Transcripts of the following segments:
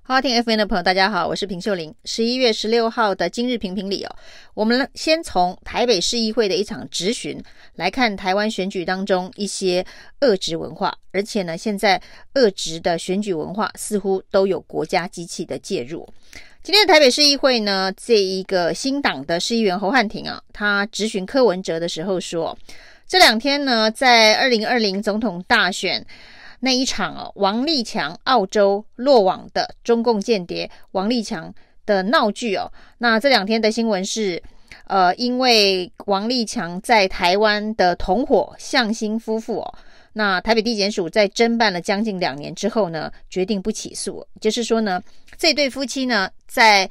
好听 FM 的朋友大家好，我是平秀玲。11月16号的今日评评里我们先从台北市议会的一场质询来看台湾选举当中一些恶质文化，而且呢，现在恶质的选举文化似乎都有国家机器的介入。今天的台北市议会呢，这一个新党的市议员侯汉廷他质询柯文哲的时候说，这两天呢，在2020总统大选那一场王立强澳洲落网的中共间谍王立强的闹剧那这两天的新闻是因为王立强在台湾的同伙向心夫妇那台北地检署在侦办了将近2年之后呢，决定不起诉。就是说呢，这对夫妻呢，在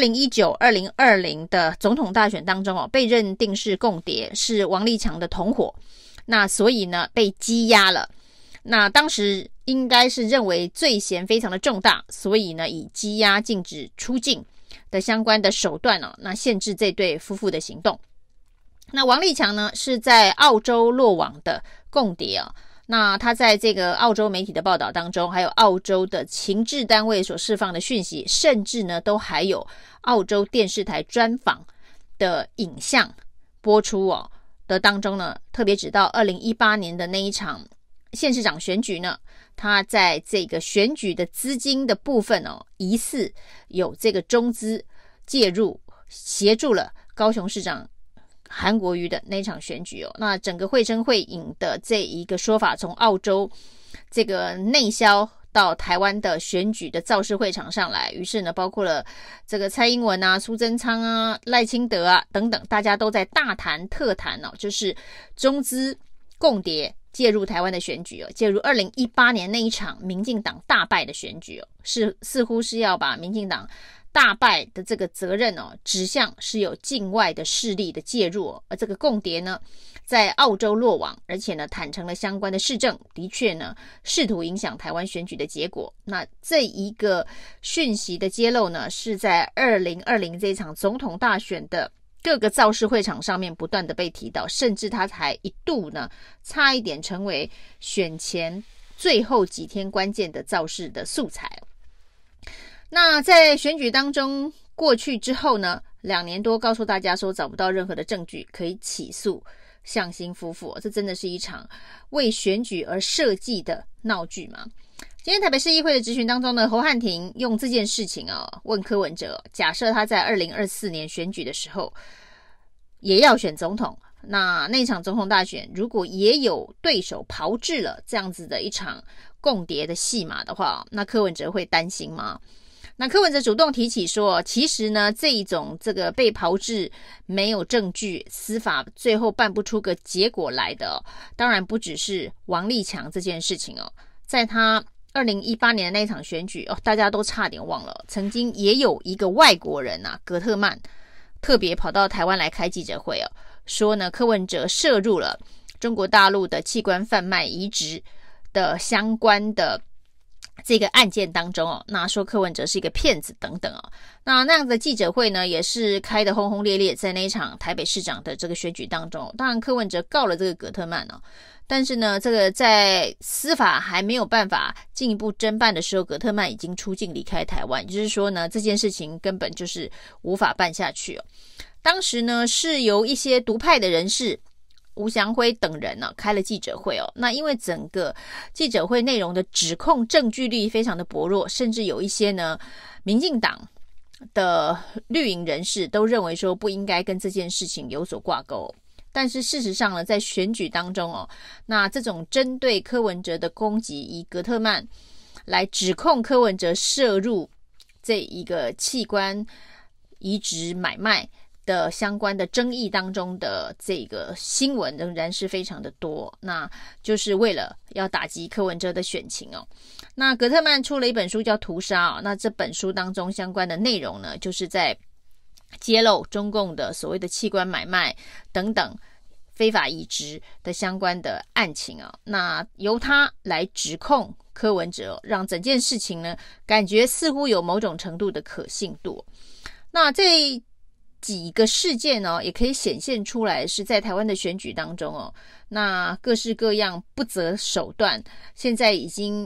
2019、2020的总统大选当中被认定是共谍，是王立强的同伙，那所以呢被羁押了。那当时应该是认为罪嫌非常的重大，所以呢以羁押禁止出境的相关的手段那限制这对夫妇的行动。那王立强呢是在澳洲落网的共谍那他在这个澳洲媒体的报道当中，还有澳洲的情治单位所释放的讯息，甚至呢都还有澳洲电视台专访的影像播出的当中呢，特别指到2018年的那一场县市长选举呢，他在这个选举的资金的部分疑似有这个中资介入，协助了高雄市长韩国瑜的那场选举那整个绘声绘影的这一个说法，从澳洲这个内销到台湾的选举的造势会场上来，于是呢，包括了这个蔡英文苏贞昌赖清德等等，大家都在大谈特谈就是中资共谍介入台湾的选举介入2018年那一场民进党大败的选举似乎是要把民进党大败的这个责任指向是有境外的势力的介入而这个共谍呢在澳洲落网，而且呢坦诚了相关的事证，的确呢试图影响台湾选举的结果。那这一个讯息的揭露呢，是在2020这场总统大选的各个造势会场上面不断的被提到，甚至他才一度呢差一点成为选前最后几天关键的造势的素材。那在选举当中过去之后呢，2年多告诉大家说找不到任何的证据可以起诉向心夫妇，这真的是一场为选举而设计的闹剧吗？今天台北市议会的质询当中呢，侯汉廷用这件事情问柯文哲，假设他在2024年选举的时候也要选总统，那场总统大选如果也有对手炮制了这样子的一场共谍的戏码的话，那柯文哲会担心吗？那柯文哲主动提起说，其实呢这一种这个被炮制没有证据，司法最后办不出个结果来的当然不只是王立强这件事情在他2018年的那场选举大家都差点忘了，曾经也有一个外国人葛特曼特别跑到台湾来开记者会说呢柯文哲涉入了中国大陆的器官贩卖移植的相关的这个案件当中那说柯文哲是一个骗子等等那样的记者会呢也是开得轰轰烈烈，在那一场台北市长的这个选举当中，当然柯文哲告了这个葛特曼但是呢这个在司法还没有办法进一步侦办的时候，葛特曼已经出境离开台湾，就是说呢这件事情根本就是无法办下去当时呢是由一些独派的人士吴祥辉等人开了记者会那因为整个记者会内容的指控证据力非常的薄弱，甚至有一些呢民进党的绿营人士都认为说不应该跟这件事情有所挂钩。但是事实上呢，在选举当中那这种针对柯文哲的攻击，以葛特曼来指控柯文哲涉入这一个器官移植买卖的相关的争议当中的这个新闻仍然是非常的多，那就是为了要打击柯文哲的选情那葛特曼出了一本书叫《屠杀》那这本书当中相关的内容呢，就是在揭露中共的所谓的器官买卖等等非法移植的相关的案情那由他来指控柯文哲，让整件事情呢感觉似乎有某种程度的可信度。那这几个事件也可以显现出来是在台湾的选举当中那各式各样不择手段，现在已经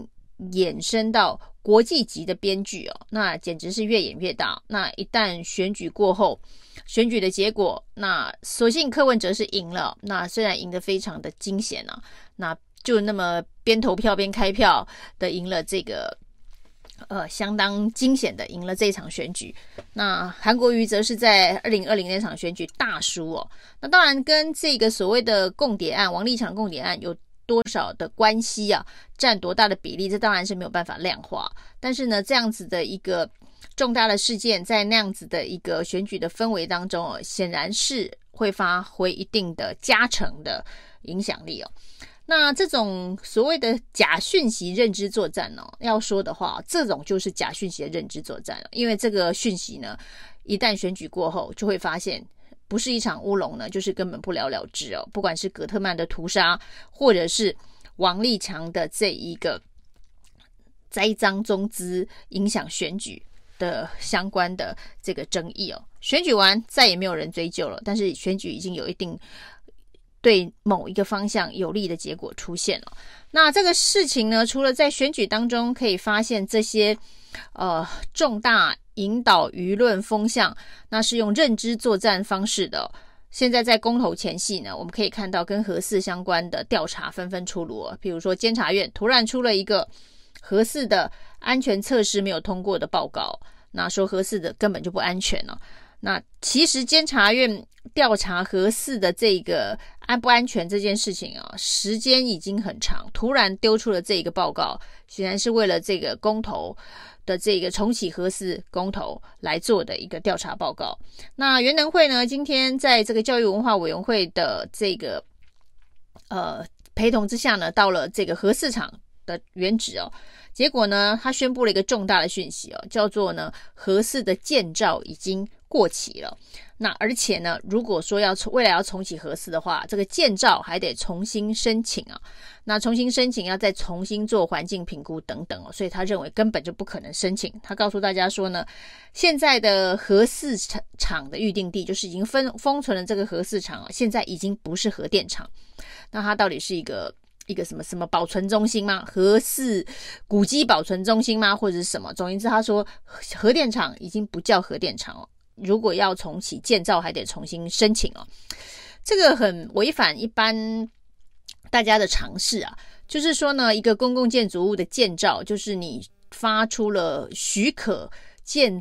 衍生到国际级的编剧哦，那简直是越演越大。那一旦选举过后，选举的结果，那所幸柯文哲是赢了，那虽然赢得非常的惊险啊，那就那么边投票边开票的赢了这个相当惊险的赢了这一场选举。那韩国瑜则是在2020那场选举大输哦。那当然跟这个所谓的共谍案，王立强共谍案有多少的关系啊，占多大的比例，这当然是没有办法量化。但是呢，这样子的一个重大的事件，在那样子的一个选举的氛围当中哦，显然是会发挥一定的加成的影响力哦。那这种所谓的假讯息认知作战哦，要说的话，这种就是假讯息的认知作战了。因为这个讯息呢，一旦选举过后，就会发现不是一场乌龙呢，就是根本不了了之哦。不管是葛特曼的屠杀，或者是王立强的这一个栽赃中资影响选举的相关的这个争议哦，选举完再也没有人追究了，但是选举已经有一定对某一个方向有利的结果出现了。那这个事情呢，除了在选举当中可以发现这些重大引导舆论风向，那是用认知作战方式的现在在公投前夕呢，我们可以看到跟核四相关的调查纷纷出炉比如说监察院突然出了一个核四的安全测试没有通过的报告，那说核四的根本就不安全了。那其实监察院调查核四的这个安不安全这件事情时间已经很长，突然丢出了这个报告，显然是为了这个公投的这个重启核四公投来做的一个调查报告。那原能会呢，今天在这个教育文化委员会的这个陪同之下呢，到了这个核四厂的原址结果呢，他宣布了一个重大的讯息叫做呢，核四的建照已经过期了。那而且呢，如果说未来要重启核四的话，这个建照还得重新申请那重新申请要再重新做环境评估等等所以他认为根本就不可能申请。他告诉大家说呢，现在的核四厂的预定地，就是已经封存了这个核四厂现在已经不是核电厂。那它到底是一个什么保存中心吗？核四古迹保存中心吗？或者是什么？总而言之，他说核电厂已经不叫核电厂如果要重启建造还得重新申请这个很违反一般大家的常识就是说呢，一个公共建筑物的建造，就是你发出了许可建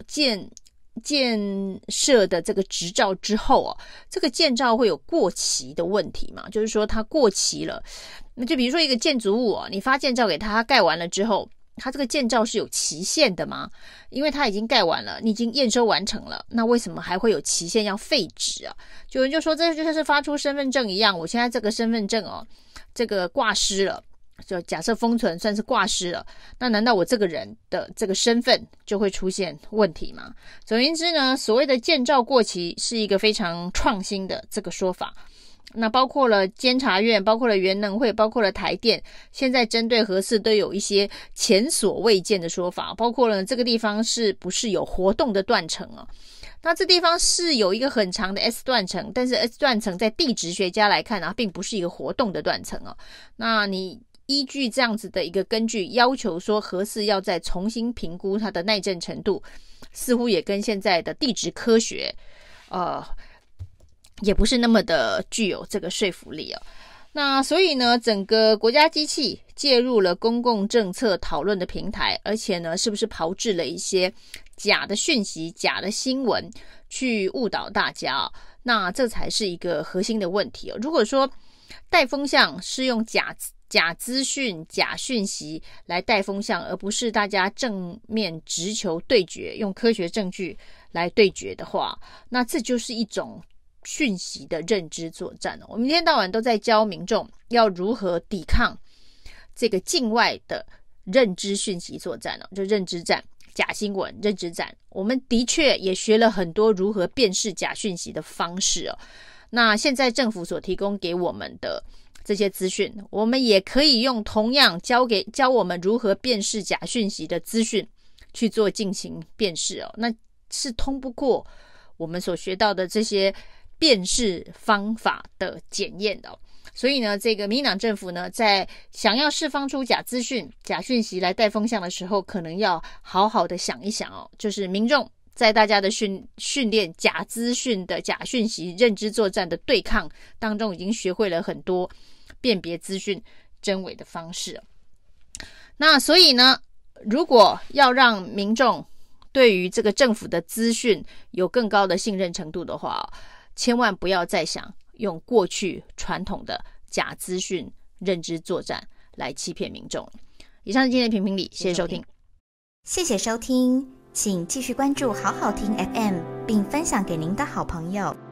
设的这个执照之后这个建造会有过期的问题嘛？就是说它过期了，那就比如说一个建筑物你发建造给他盖完了之后，它这个建造是有期限的吗？因为它已经盖完了，你已经验收完成了，那为什么还会有期限要废止有人就说这就像是发出身份证一样，我现在这个身份证这个挂失了，就假设封存算是挂失了，那难道我这个人的这个身份就会出现问题吗？总而言之呢，所谓的建照过期是一个非常创新的这个说法。那包括了监察院，包括了原能会，包括了台电，现在针对核四都有一些前所未见的说法，包括了这个地方是不是有活动的断层那这地方是有一个很长的 S 断层，但是 S 断层在地质学家来看并不是一个活动的断层那你依据这样子的一个根据要求说核四要再重新评估它的耐震程度，似乎也跟现在的地质科学也不是那么的具有这个说服力那所以呢，整个国家机器介入了公共政策讨论的平台，而且呢，是不是炮制了一些假的讯息、假的新闻去误导大家那这才是一个核心的问题如果说带风向是用假资讯、假讯息来带风向，而不是大家正面直球对决，用科学证据来对决的话，那这就是一种讯息的认知作战我们一天到晚都在教民众要如何抵抗这个境外的认知讯息作战就认知战、假新闻、认知战。我们的确也学了很多如何辨识假讯息的方式那现在政府所提供给我们的这些资讯，我们也可以用同样教我们如何辨识假讯息的资讯去做进行辨识那是通不过我们所学到的这些辨识方法的检验的所以呢，这个民进党政府呢，在想要释放出假资讯、假讯息来带风向的时候，可能要好好的想一想哦，就是民众在大家的训练假资讯的假讯息认知作战的对抗当中，已经学会了很多辨别资讯真伪的方式。那所以呢，如果要让民众对于这个政府的资讯有更高的信任程度的话，千万不要再想用过去传统的假资讯认知作战来欺骗民众。以上是今天的评评理，谢谢收听。 谢谢收听，请继续关注好好听 FM， 并分享给您的好朋友。